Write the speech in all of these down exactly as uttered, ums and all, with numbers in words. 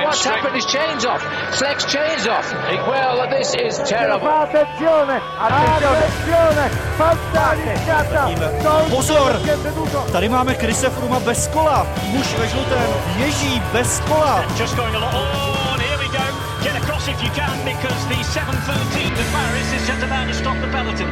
what's happened? His chain's off. Flex chain's off. Well, this is terrible. Attenzione, attenzione, fantasticata. Pozor, tady máme Chrise Frooma bez kola. Muž ve žlutém ježí bez kola. Just going along. Oh, and here we go. Get across if you can, because the seven thirteen to Paris is just about to stop the peloton.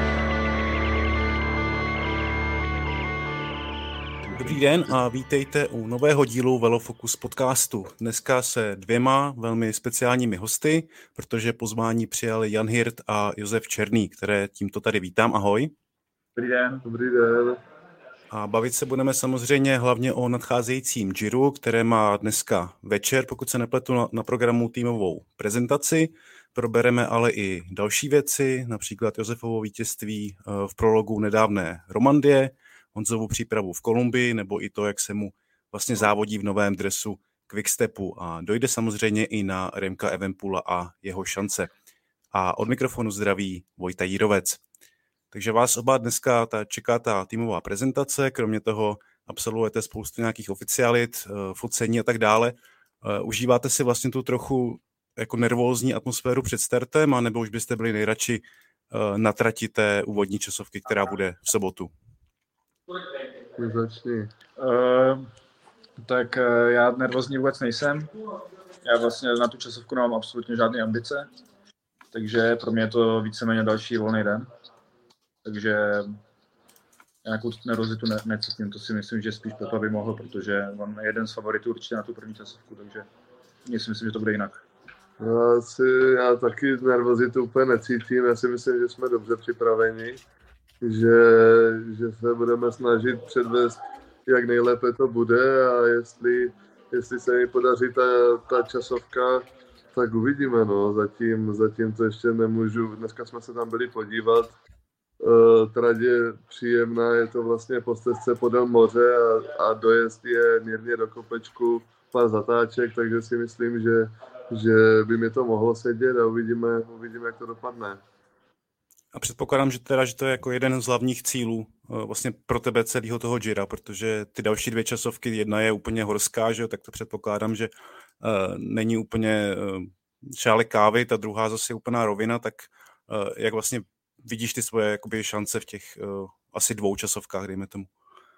Dobrý den a vítejte u nového dílu Velofocus podcastu. Dneska se dvěma velmi speciálními hosty, protože pozvání přijali Jan Hirt a Josef Černý, které tímto tady vítám. Ahoj. Dobrý den. Dobrý den. A bavit se budeme samozřejmě hlavně o nadcházejícím Giro, které má dneska večer, pokud se nepletu, na, na programu týmovou prezentaci. Probereme ale i další věci, například Josefovo vítězství v prologu nedávné Romandie, Honzovu přípravu v Kolumbii, nebo i to, jak se mu vlastně závodí v novém dresu Quickstepu. A dojde samozřejmě i na Remka Evenepoela a jeho šance. A od mikrofonu zdraví Vojta Jírovec. Takže vás oba dneska ta, čeká ta týmová prezentace, kromě toho absolvujete spoustu nějakých oficialit, focení a tak dále. Užíváte si vlastně tu trochu jako nervózní atmosféru před startem, anebo už byste byli nejradši na trati té úvodní časovky, která bude v sobotu? Začni. Uh, tak uh, já nervózní vůbec nejsem. Já vlastně na tu časovku nemám absolutně žádné ambice, takže pro mě je to víceméně další volný den. Takže nějakou nervozitu ne- necítím, to si myslím, že spíš Pepa by mohl, protože mám jeden z favoritů určitě na tu první časovku, takže já si myslím, že to bude jinak. Já, si, já taky nervozitu úplně necítím, já si myslím, že jsme dobře připraveni, že, že se budeme snažit předvést, jak nejlépe to bude, a jestli, jestli se mi podaří ta, ta časovka, tak uvidíme. No. Zatím, zatím to ještě nemůžu, dneska jsme se tam byli podívat. Uh, trať je příjemná, je to vlastně po stezce podél moře a, a dojezd je mírně do kopečku, pár zatáček, takže si myslím, že, že by mi to mohlo sedět a uvidíme, uvidíme, jak to dopadne. A předpokládám, že teda, že to je jako jeden z hlavních cílů vlastně pro tebe celého toho Gira, protože ty další dvě časovky, jedna je úplně horská, že jo, tak to předpokládám, že uh, není úplně uh, šálek kávy, ta druhá zase je úplná rovina, tak uh, jak vlastně vidíš ty svoje jakoby šance v těch uh, asi dvou časovkách, dejme tomu?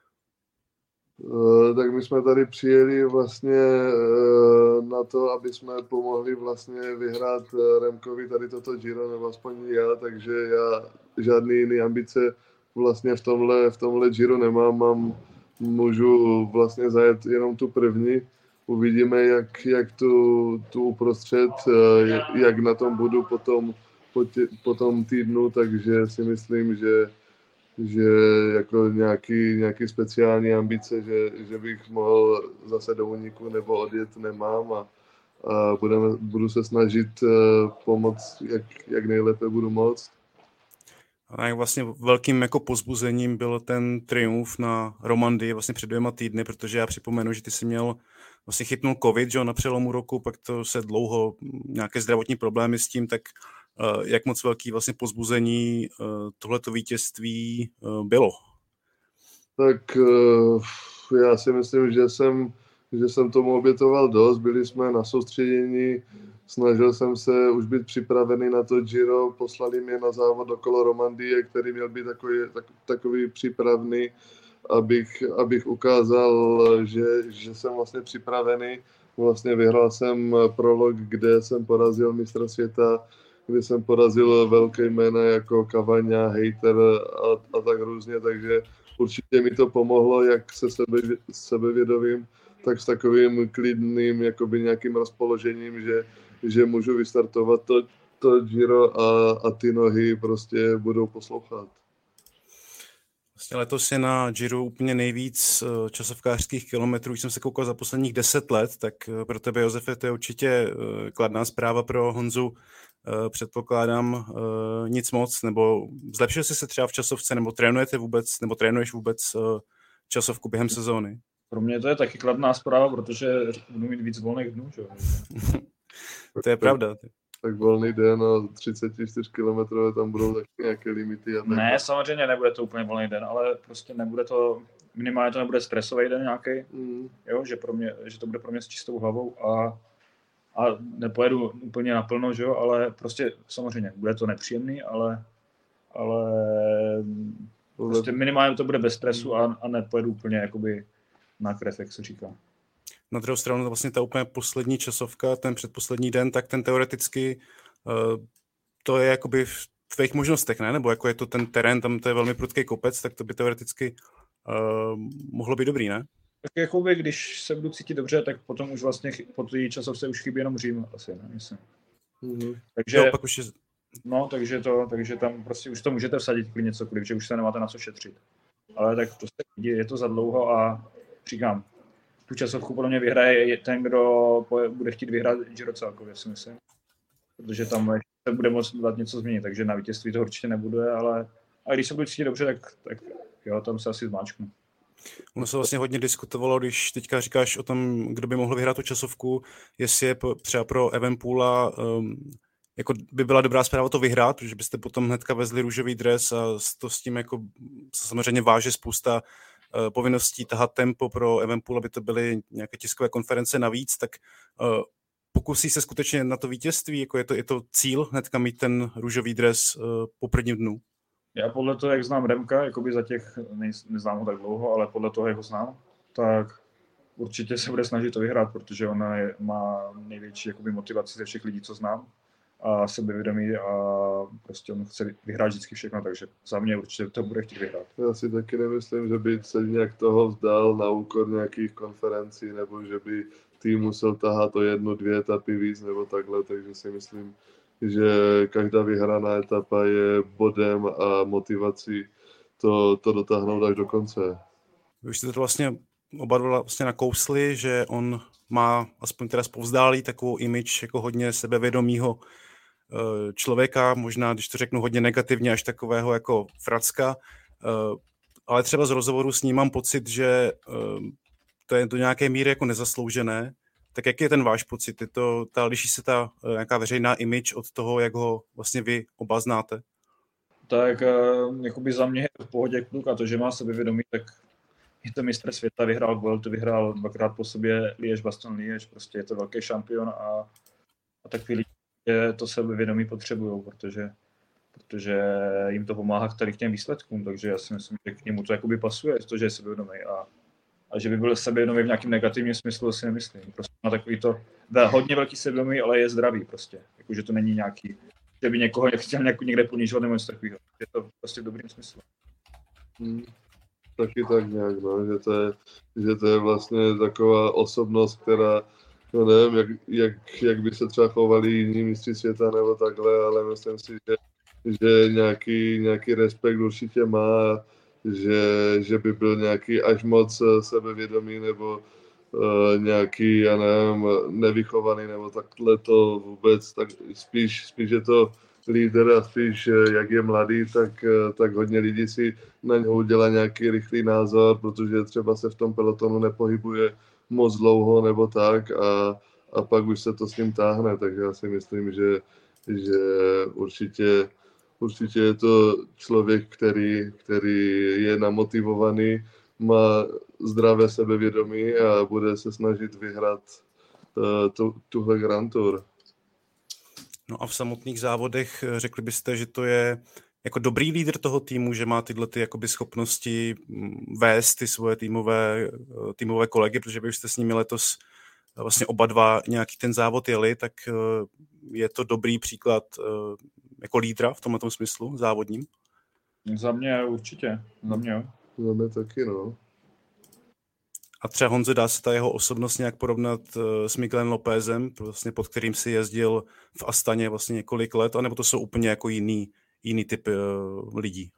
Uh, tak my jsme tady přijeli vlastně uh, na to, aby jsme pomohli vlastně vyhrát uh, Remkovi tady toto Giro, nebo aspoň já, takže já žádný jiný ambice vlastně v tomhle, v tomhle Giro nemám, mám, můžu vlastně zajet jenom tu první, uvidíme, jak, jak tu, tu uprostřed, uh, jak na tom budu potom po, tě, po tom týdnu, takže si myslím, že že jako nějaký, nějaký speciální ambice, že, že bych mohl zase do úniku nebo odjet nemám a, a budeme, budu se snažit uh, pomoct, jak, jak nejlépe budu moct. A vlastně velkým jako pozbuzením byl ten triumf na Romandii vlastně před dvěma týdny, protože já připomenu, že ty jsi měl vlastně chytnul covid, že na přelomu roku, pak to se dlouho nějaké zdravotní problémy s tím, tak Uh, jak moc velký vlastně pozbuzení uh, tohleto vítězství uh, bylo? Tak uh, já si myslím, že jsem, že jsem tomu obětoval dost. Byli jsme na soustředění, snažil jsem se už být připravený na to Giro, poslali mě na závod okolo Romandie, který měl být takový, tak, takový přípravný, abych, abych ukázal, že, že jsem vlastně připravený. Vlastně vyhrál jsem prolog, kde jsem porazil mistra světa, kdy jsem porazil velké jména jako Cavagna, Hayter a, a tak různě, takže určitě mi to pomohlo jak se sebe, sebevědomím, tak s takovým klidným jakoby nějakým rozpoložením, že, že můžu vystartovat to, to Giro a, a ty nohy prostě budou poslouchat. Vlastně letos je na Giro úplně nejvíc časovkářských kilometrů, už jsem se koukal za posledních deset let, tak pro tebe, Josefe, to je určitě kladná zpráva, pro Honzu předpokládám nic moc, nebo zlepšil jsi se třeba v časovce, nebo trénujete vůbec, nebo trénuješ vůbec časovku během sezóny? Pro mě to je taky kladná zpráva, protože budu mít víc volných dnů, že? To je pravda. Tak volný den a třicet čtyři kilometrů tam budou taky nějaké limity. A tak. Ne, samozřejmě nebude to úplně volný den, ale prostě nebude to, minimálně to nebude stresový den nějaký, mm. jo, že, pro mě, že to bude pro mě s čistou hlavou a, a nepojedu úplně naplno, že jo, ale prostě samozřejmě bude to nepříjemný, ale, ale prostě minimálně to bude bez stresu a, a nepojedu úplně jakoby na krev, jak se říká. Na druhou stranu vlastně ta úplně poslední časovka, ten předposlední den, tak ten teoreticky uh, to je jakoby v tvých možnostech, ne? Nebo jako je to ten terén, tam to je velmi prudký kopec, tak to by teoreticky uh, mohlo být dobrý, ne? Tak jakoby, když se budu cítit dobře, tak potom už vlastně po té časovce už chybí jenom Řím asi, ne? Myslím. Mm-hmm. Takže, jo, pak už je... no, takže, to, takže tam prostě už to můžete vsadit klidně cokoliv, že už se nemáte na co šetřit. Ale tak to se vidí, je to za dlouho a říkám, tu časovku podle mě vyhraje ten, kdo bude chtít vyhrát Giro celkově, si myslím. Protože tam se bude moct dát něco změnit, takže na vítězství to určitě nebude, ale, ale když se budu cítit dobře, tak, tak jo, tam se asi zmáčknu. Ono se vlastně hodně diskutovalo, když teďka říkáš o tom, kdo by mohl vyhrát tu časovku, jestli je třeba pro Evenepoela um, jako by byla dobrá zpráva to vyhrát, protože byste potom hnedka vezli růžový dres a to s tím jako samozřejmě váže spousta uh, povinností tahat tempo pro Evenepoel, aby to byly nějaké tiskové konference navíc, tak uh, pokusí se skutečně na to vítězství, jako je to, je to cíl hnedka mít ten růžový dres uh, po prvním dnu? Já podle toho, jak znám Remka, jakoby za těch, ne, neznám ho tak dlouho, ale podle toho, jak ho znám, tak určitě se bude snažit to vyhrát, protože ona je, má největší jakoby, motivaci ze všech lidí, co znám a sebevědomí a prostě on chce vyhrát vždycky všechno, takže za mě určitě to bude chtít vyhrát. Já si taky nemyslím, že by se nějak toho vzdal na úkor nějakých konferencí, nebo že by tým musel tahat o jednu, dvě etapy víc, nebo takhle, takže si myslím, že každá vyhraná etapa je bodem a motivací to, to dotáhnout až do konce. Vy jste to vlastně oba dva vlastně nakousli, že on má aspoň teda zpovzdálí takovou image jako hodně sebevědomýho člověka, možná, když to řeknu hodně negativně, až takového jako fracka, ale třeba z rozhovoru s ním mám pocit, že to je do nějaké míry jako nezasloužené. Tak jaký je ten váš pocit? Je to, ta, liší se ta nějaká veřejná image od toho, jak ho vlastně vy oba znáte? Tak jakoby za mě je v pohodě kluk a to, že má sebevědomí, tak je to mistr světa, vyhrál Vueltu, vyhrál dvakrát po sobě Liège-Bastogne-Liège, prostě je to velký šampion a, a takový lidi to sebevědomí potřebují, protože, protože jim to pomáhá k tady k těm výsledkům, takže já si myslím, že k němu to jakoby pasuje, to, že je sebevědomý a A že by byl sebevědomý v nějakém negativním smyslu, si nemyslím. Prostě má takový to hodně velký sebevědomí, ale je zdravý prostě. Jakože to není nějaký, že by někoho chtěl někde ponižovat nebo něco takového. Je to prostě v dobrým smyslu. Hmm. Taky tak nějak, no, že to je, že to je vlastně taková osobnost, která, no nevím, jak, jak, jak by se třeba chovali jiní mistři světa nebo takhle, ale myslím si, že, že nějaký, nějaký respekt určitě má, že, že by byl nějaký až moc sebevědomý nebo uh, nějaký, já nevím, nevychovaný nebo takhle to vůbec, tak spíš, spíš je to lídr a spíš, jak je mladý, tak, tak hodně lidí si na něho udělá nějaký rychlý názor, protože třeba se v tom pelotonu nepohybuje moc dlouho nebo tak a, a pak už se to s ním táhne, takže já si myslím, že, že určitě Určitě je to člověk, který, který je namotivovaný, má zdravé sebevědomí a bude se snažit vyhrát uh, tu, tuhle Grand Tour. No a v samotných závodech řekli byste, že to je jako dobrý lídr toho týmu, že má tyhle ty jakoby schopnosti vést ty svoje týmové, týmové kolegy, protože vy jste s nimi letos vlastně oba dva nějaký ten závod jeli, tak je to dobrý příklad jako lídra v tomhle smyslu závodním? Za mě určitě, za mě jo. Za mě taky, no. A třeba Honzo, dá se ta jeho osobnost nějak porovnat s Miguelem Lópezem, vlastně pod kterým si jezdil v Astaně vlastně několik let, anebo to jsou úplně jako jiný, jiný typ uh, lidí?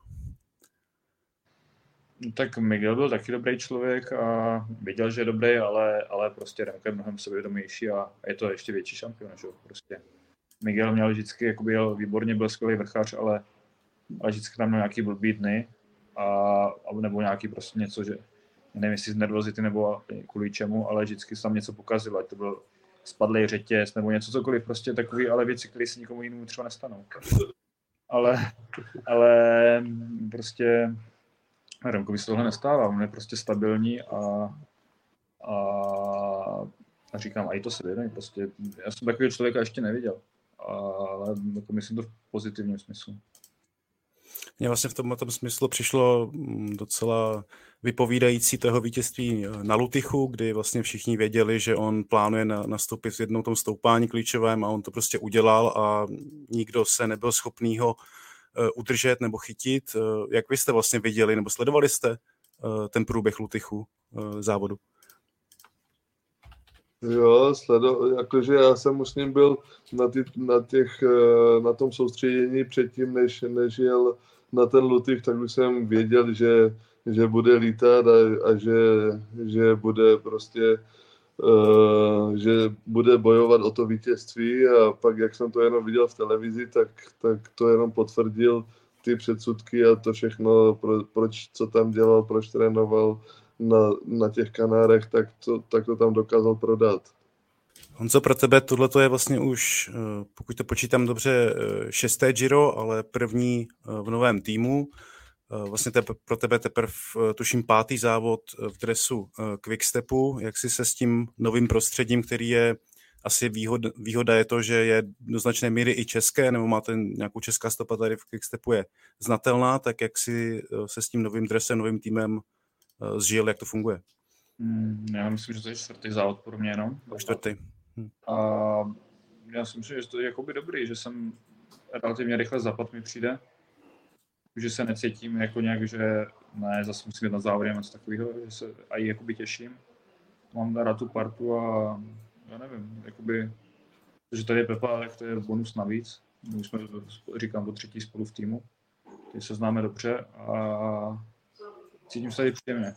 Tak Miguel byl taky dobrý člověk a věděl, že je dobrý, ale, ale prostě Remco je mnohem sebevědomější a je to ještě větší šampion, že jo, prostě. Miguel měl vždycky, jakoby jel výborně, byl skvělý vrchař, ale, ale vždycky tam měl nějaký blbý dny a, a nebo nějaký prostě něco, že nevím, jestli z nervozity nebo kvůli čemu, ale vždycky se tam něco pokazilo, ať to byl spadlej řetěz nebo něco cokoliv, prostě takový, ale věci, které se nikomu jinému třeba nestanou. Ale, ale prostě Remkovi se tohle nestává, on je prostě stabilní a, a A říkám, a i to se vědomí, prostě, já jsem takového člověka ještě neviděl, ale jako myslím to v pozitivním smyslu. Mně vlastně v tomto smyslu přišlo docela vypovídající toho vítězství na Lutychu, kdy vlastně všichni věděli, že on plánuje nastoupit v jednom tom stoupání klíčovém a on to prostě udělal a nikdo se nebyl schopný ho udržet nebo chytit. Jak vy jste vlastně viděli nebo sledovali jste ten průběh Lutychu závodu? Jo, sledo, jakože já jsem už s ním byl na, ty, na, těch, na tom soustředění předtím, než, než jel na ten Lutych, tak už jsem věděl, že, že bude lítat a, a že, že bude prostě uh, že bude bojovat o to vítězství a pak, jak jsem to jenom viděl v televizi, tak, tak to jenom potvrdil ty předsudky a to všechno, pro, proč, co tam dělal, proč trénoval na, na těch Kanárech, tak to, tak to tam dokázal prodat. Honzo, pro tebe tohle je vlastně už, pokud to počítám dobře, šesté Giro, ale první v novém týmu. Vlastně te, pro tebe teprve tuším pátý závod v dresu Quickstepu. Jak jsi se s tím novým prostředím, který je asi výhod, výhoda je to, že je do značné míry i české, nebo máte nějakou česká stopa tady v Quickstepu je znatelná, tak jak si se s tím novým dresem, novým týmem zžil, jak to funguje? Hmm, já myslím, že to je čtvrtý závod pro mě jenom. Čtvrtý. Hm. A já si myslím, že to je jakoby dobrý, že jsem relativně rychle zapad mi přijde. Že se necítím jako nějak, že ne, zase musím jít na závody a něco takového, že se aj jakoby těším. Mám rád tu partu a já nevím, jakoby, že tady je Pepa, tak to je bonus navíc. My jsme, říkám, po třetí spolu v týmu. Teď se známe dobře a cítím se tady příjemně.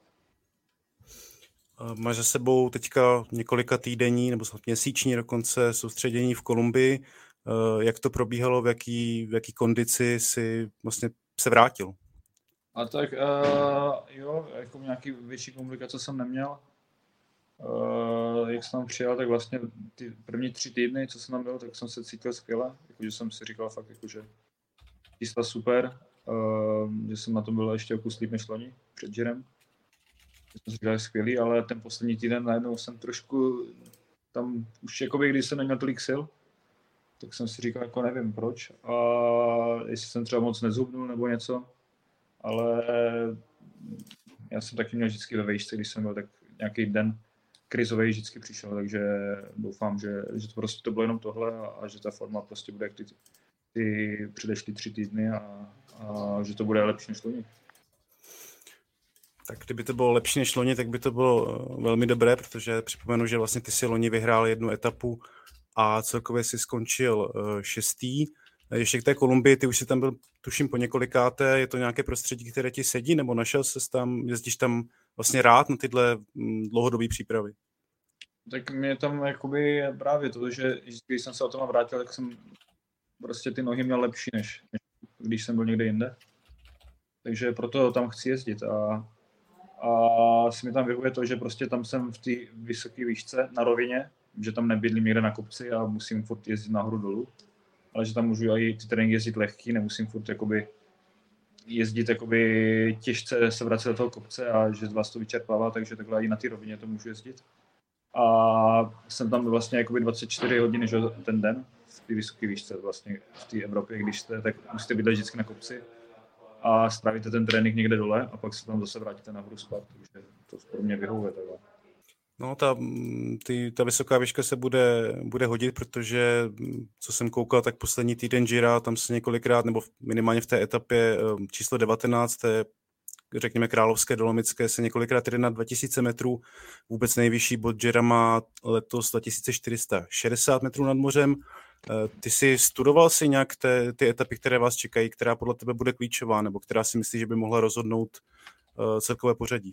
Máš za sebou teďka několika týdenní nebo měsíční dokonce soustředění v Kolumbii. Jak to probíhalo, v jaký, v jaký kondici si vlastně se vrátil? A tak uh, jo, jako nějaký větší komplikace jsem neměl. Uh, jak jsem tam přijel, tak vlastně ty první tři týdny, co jsem tam byl, tak jsem se cítil skvěle. Jakože jsem si říkal fakt, jakože čísla super, uh, že jsem na tom byl ještě o kus líp než loni před Girem. Jsem si říkal, skvělý, ale ten poslední týden najednou jsem trošku tam už jakoby, když jsem neměl tolik sil, tak jsem si říkal, jako nevím proč. A jestli jsem třeba moc nezhubnul nebo něco, ale já jsem taky měl vždycky ve vejšce, když jsem byl, tak nějaký den krizový vždycky přišel, takže doufám, že, že to prostě to bylo jenom tohle a, a že ta forma prostě bude jak ty, ty předešly tři týdny a, a že to bude lepší než loni. Tak kdyby to bylo lepší než loni, tak by to bylo velmi dobré, protože připomenu, že vlastně ty si loni vyhrál jednu etapu a celkově si skončil šestý. Ještě k té Kolumbii, ty už si tam byl, tuším, po několikáté, je to nějaké prostředí, které ti sedí, nebo našel ses tam, jezdíš tam vlastně rád na tyhle dlouhodobé přípravy? Tak mě tam jakoby právě to, že když jsem se o tom vrátil, tak jsem prostě ty nohy měl lepší, než, než když jsem byl někde jinde. Takže proto tam chci jezdit a, a si mi tam vyhovuje to, že prostě tam jsem v té vysoké výšce na rovině, že tam nebydlím někde na kopci a musím furt jezdit nahoru dolů, ale že tam můžu i ty tréninky jezdit lehký, nemusím furt jakoby jezdit jakoby těžce se vracet do toho kopce a že vás to vyčerpává, takže takhle i na té rovině to můžu jezdit. A jsem tam vlastně jakoby dvacet čtyři hodiny, že ten den v té vysoké výšce vlastně v té Evropě, když jste, tak musíte bydlet vždycky na kopci a strávíte ten trénink někde dole a pak se tam zase vrátíte nahoru spát, takže to pro mě vyhovuje takhle. No, ta, ty, ta vysoká výška se bude, bude hodit, protože, co jsem koukal, tak poslední týden Gira, tam se několikrát, nebo minimálně v té etapě číslo devatenáct, té, řekněme, Královské Dolomické, se několikrát jde na dva tisíce metrů. Vůbec nejvyšší bod Gira má letos dva tisíce čtyři sta šedesát metrů nad mořem. Ty jsi studoval si nějak te, ty etapy, které vás čekají, která podle tebe bude klíčová, nebo která si myslíš, že by mohla rozhodnout uh, celkové pořadí?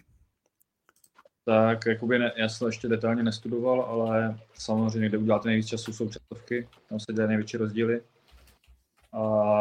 Tak jakoby ne, já jsem ještě detailně nestudoval, ale samozřejmě, kde uděláte nejvíc času, jsou přetovky, tam se dělají největší rozdíly. A,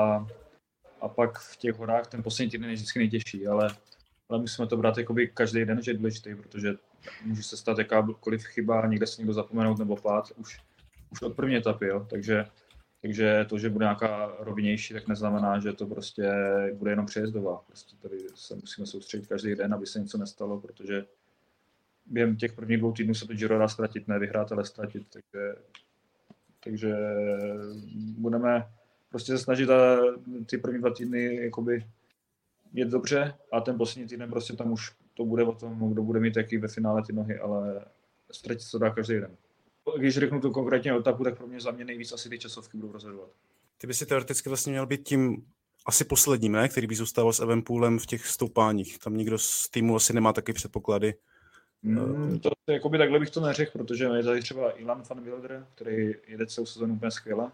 a pak v těch horách ten poslední týden je vždycky nejtěžší, ale, ale musíme to brát jakoby každý den, že je důležitý, protože může se stát jakákoliv chyba, někde se někdo zapomenout nebo pát, už, už od první etapy, jo, takže, takže to, že bude nějaká rovinější, tak neznamená, že to prostě bude jenom přejezdová. Prostě tady se musíme soustředit každý den, aby se něco nestalo, protože během těch prvních dvou týdnů se to Giro dá ztratit, ne vyhrát, ale ztratit. Takže, takže budeme prostě se snažit a ty první dva týdny jakoby jet dobře a ten poslední týden prostě tam už to bude o tom, kdo bude mít jaký ve finále ty nohy, ale ztratit to dá každý den. Když řeknu tu konkrétně etapu, tak pro mě za mě nejvíc asi ty časovky budou rozhodovat. Ty by si teoreticky vlastně měl být tím asi posledním, ne? Který by zůstával s Evenepoelem v těch stoupáních. Tam nikdo z týmu asi nemá taky předpoklady. Mm, to, to, jakoby takhle bych to neřekl, protože je tady třeba Ilan van Wilder, který jede celou sezonu úplně skvěle.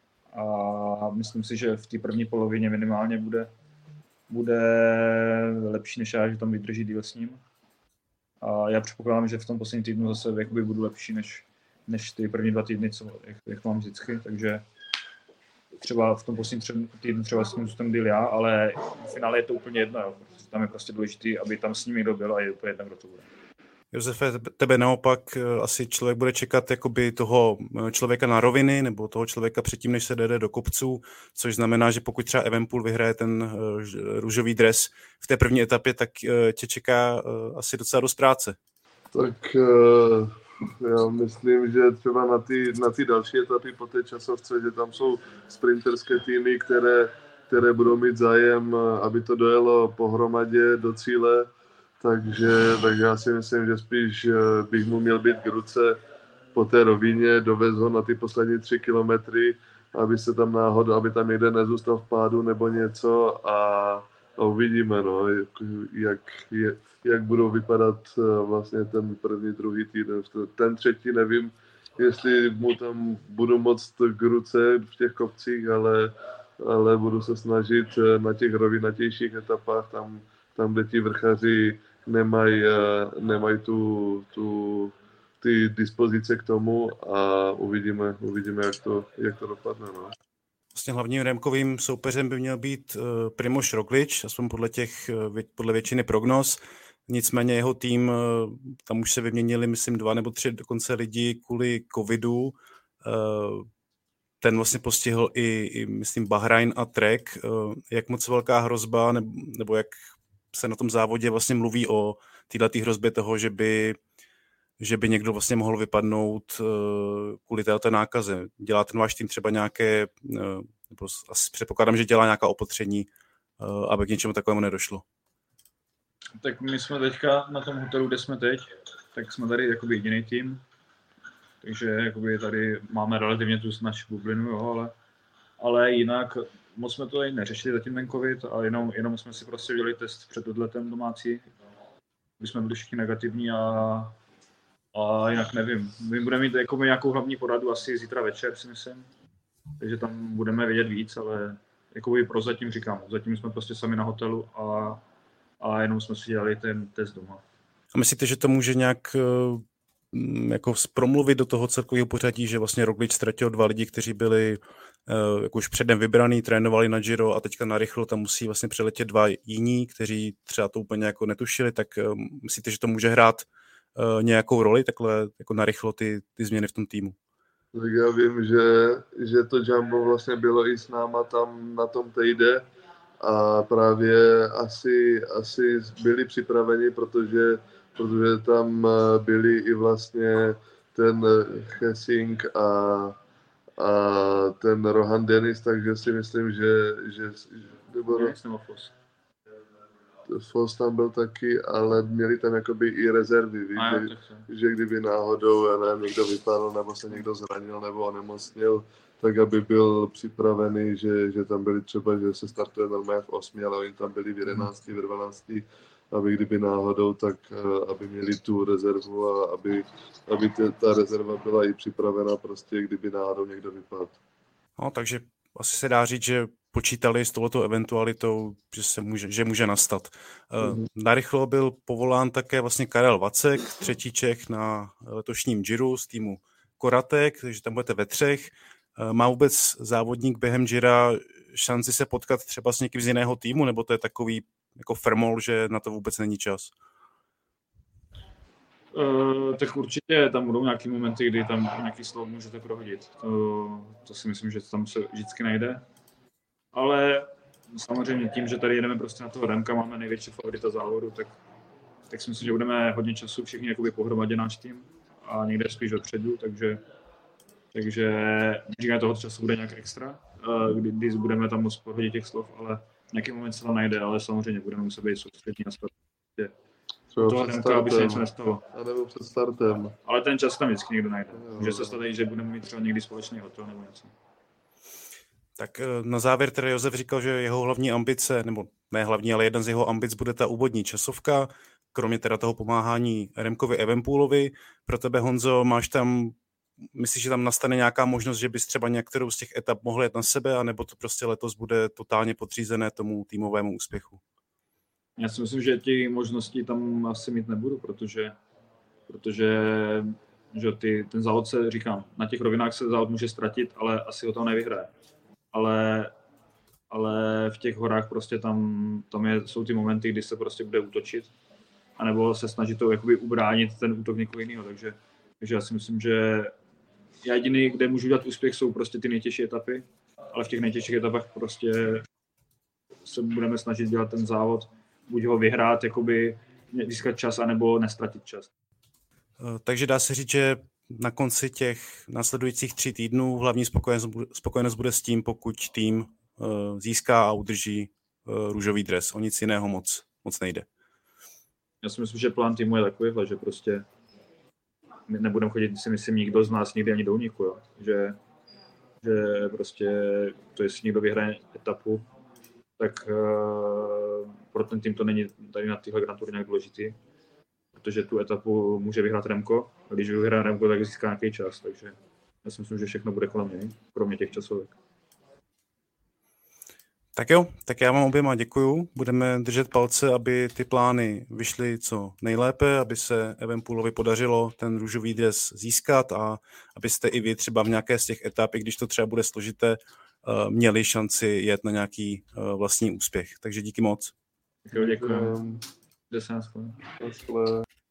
A myslím si, že v té první polovině minimálně bude, bude lepší než já, že tam vydrží díl s ním. A já předpokládám, že v tom posledním týdnu zase jakoby budu lepší než, než ty první dva týdny, co, jak, jak mám vždycky. Takže třeba v tom posledním týdnu třeba s ním zůstanu díl já, ale v finále je to úplně jedno, jo, protože tam je prostě důležitý, aby tam s ním někdo byl a je úplně jedno, kdo to bude. Josefe, tebe naopak asi člověk bude čekat jakoby toho člověka na roviny nebo toho člověka předtím, než se jde do kopců, což znamená, že pokud třeba Evenepoel vyhraje ten růžový dres v té první etapě, tak tě čeká asi docela dost práce. Tak já myslím, že třeba na ty, na ty další etapy po té časovce, že tam jsou sprinterské týmy, které, které budou mít zájem, aby to dojelo pohromadě do cíle. Takže, takže já si myslím, že spíš bych mu měl být k ruce po té rovině, dovez ho na ty poslední tři kilometry, aby se tam náhodou, aby tam někde nezůstal v pádu nebo něco a, a uvidíme, no, jak, jak, jak budou vypadat vlastně ten první, druhý týden. Ten třetí nevím, jestli mu tam budu moct k ruce v těch kopcích, ale, ale budu se snažit na těch rovinatějších etapách, tam, tam kde ti vrchaři nemají nemaj tu, tu, ty dispozice k tomu a uvidíme, uvidíme jak, to, jak to dopadne. No. Vlastně hlavním rémkovým soupeřem by měl být uh, Primož Roglič, aspoň podle, těch, podle většiny prognóz. Nicméně jeho tým, uh, tam už se vyměnili, myslím, dva nebo tři dokonce lidi kvůli covidu. Uh, ten vlastně postihl i, i myslím, Bahrajn a Trek. Uh, jak moc velká hrozba, nebo, nebo jak se na tom závodě vlastně mluví o této hrozbě toho, že by, že by někdo vlastně mohl vypadnout uh, kvůli této nákaze. Dělá ten váš tým třeba nějaké, uh, nebo asi předpokládám, že dělá nějaká opatření, uh, aby k něčemu takovému nedošlo. Tak my jsme teďka na tom hotelu, kde jsme teď, tak jsme tady jakoby jediný tým, takže jakoby tady máme relativně tu naši bublinu, jo, ale, ale jinak moc jsme to tady neřešili zatím ten covid, ale jenom, jenom jsme si prostě udělali test před odletem domácí. My jsme byli všichni negativní a, a jinak nevím. My budeme mít jako nějakou hlavní poradu asi zítra večer, si myslím. Takže tam budeme vědět víc, ale jakoby prozatím říkám. Zatím jsme prostě sami na hotelu a, a jenom jsme si dělali ten test doma. A myslíte, že to může nějak jako promluvit do toho celkového pořadí, že vlastně Roglič ztratil dva lidi, kteří byli uh, jako už předem vybraný, trénovali na Giro a teďka narychlo tam musí vlastně přeletět dva jiní, kteří třeba to úplně jako netušili, tak uh, myslíte, že to může hrát uh, nějakou roli takhle jako narychlo ty, ty změny v tom týmu? Tak já vím, že, že to Jumbo vlastně bylo i s náma tam na tom tejde a právě asi, asi byli připraveni, protože protože tam byli i vlastně ten Hessing a, a ten Rohan Dennis, takže si myslím, že... že nebo Foss. Foss tam byl taky, ale měli tam jakoby i rezervy, víš, a, že, že kdyby náhodou já nevím, někdo vypadl, nebo se někdo zranil, nebo onemocnil, tak aby byl připravený, že, že tam byli třeba, že se startuje normálně v osmi, ale oni tam byli v jedenácti, v dvanácti, aby kdyby náhodou, tak aby měli tu rezervu a aby, aby tě, ta rezerva byla i připravena prostě, kdyby náhodou někdo vypadl. No, takže asi se dá říct, že počítali s touto eventualitou, že, se může, že může nastat. Mm-hmm. Narychlo byl povolán také vlastně Karel Vacek, třetí Čech na letošním Giro z týmu Koratek, takže tam budete ve třech. Má vůbec závodník během Gira šanci se potkat třeba s někým z jiného týmu, nebo to je takový jako fermol, že na to vůbec není čas? Uh, tak určitě tam budou nějaký momenty, kdy tam nějaký slov můžete prohodit. To, to si myslím, že tam se vždycky najde. Ale samozřejmě tím, že tady jedeme prostě na toho Remka, máme největší favorita závodu, tak, tak si myslím, že budeme hodně času všichni jakoby pohromadě náš tým a někde spíš vepředu, takže, takže říkám, toho času bude nějak extra, kdy, kdy budeme tam moc pohodit těch slov, ale nějaký moment se tam najde, ale samozřejmě budeme muset být soustřední na start. Toho Remka, aby se něco nestalo. A nebo před startem. Ale ten čas tam vždycky někdo najde. Může se stát, že budeme mít třeba někdy společný hotel nebo něco. Tak na závěr teda Josef říkal, že jeho hlavní ambice, nebo ne hlavní, ale jeden z jeho ambic bude ta úvodní časovka, kromě teda toho pomáhání Remkovi Evenepoelovi. Pro tebe, Honzo, máš tam, myslíš, že tam nastane nějaká možnost, že bys třeba některou z těch etap mohl jet na sebe, anebo to prostě letos bude totálně podřízené tomu týmovému úspěchu? Já si myslím, že těch možností tam asi mít nebudu, protože, protože že ty, ten závod se, říkám, na těch rovinách se závod může ztratit, ale asi ho tam nevyhraje. Ale, ale v těch horách prostě tam, tam je, jsou ty momenty, kdy se prostě bude útočit, anebo se snažit to jakoby ubránit ten útok někoho jiného. Takže, takže já si myslím, že jediný, kde můžu dělat úspěch, jsou prostě ty nejtěžší etapy, ale v těch nejtěžších etapách prostě se budeme snažit dělat ten závod, buď ho vyhrát, jakoby získat čas, anebo nestratit čas. Takže dá se říct, že na konci těch následujících tří týdnů hlavní spokojenost, spokojenost bude s tím, pokud tým získá a udrží růžový dres. O nic jiného moc, moc nejde. Já si myslím, že plán týmu je takový, že prostě my nebudeme chodit, si myslím, nikdo z nás nikdy ani do úniku, jo. Že, že prostě to, jestli někdo vyhraje etapu, tak uh, pro ten tým to není tady na téhle Grand Tour nějak důležitý, protože tu etapu může vyhrát Remko, a když vyhrá Remko, tak získá nějaký čas, takže já si myslím, že všechno bude kolem něj, kromě těch časovek. Tak jo, tak já vám oběma děkuju. Budeme držet palce, aby ty plány vyšly co nejlépe, aby se Evenepoelovi podařilo ten růžový dres získat a abyste i vy třeba v nějaké z těch etap, i když to třeba bude složité, měli šanci jet na nějaký vlastní úspěch. Takže díky moc. Děkuji, děkuji. Děkuji.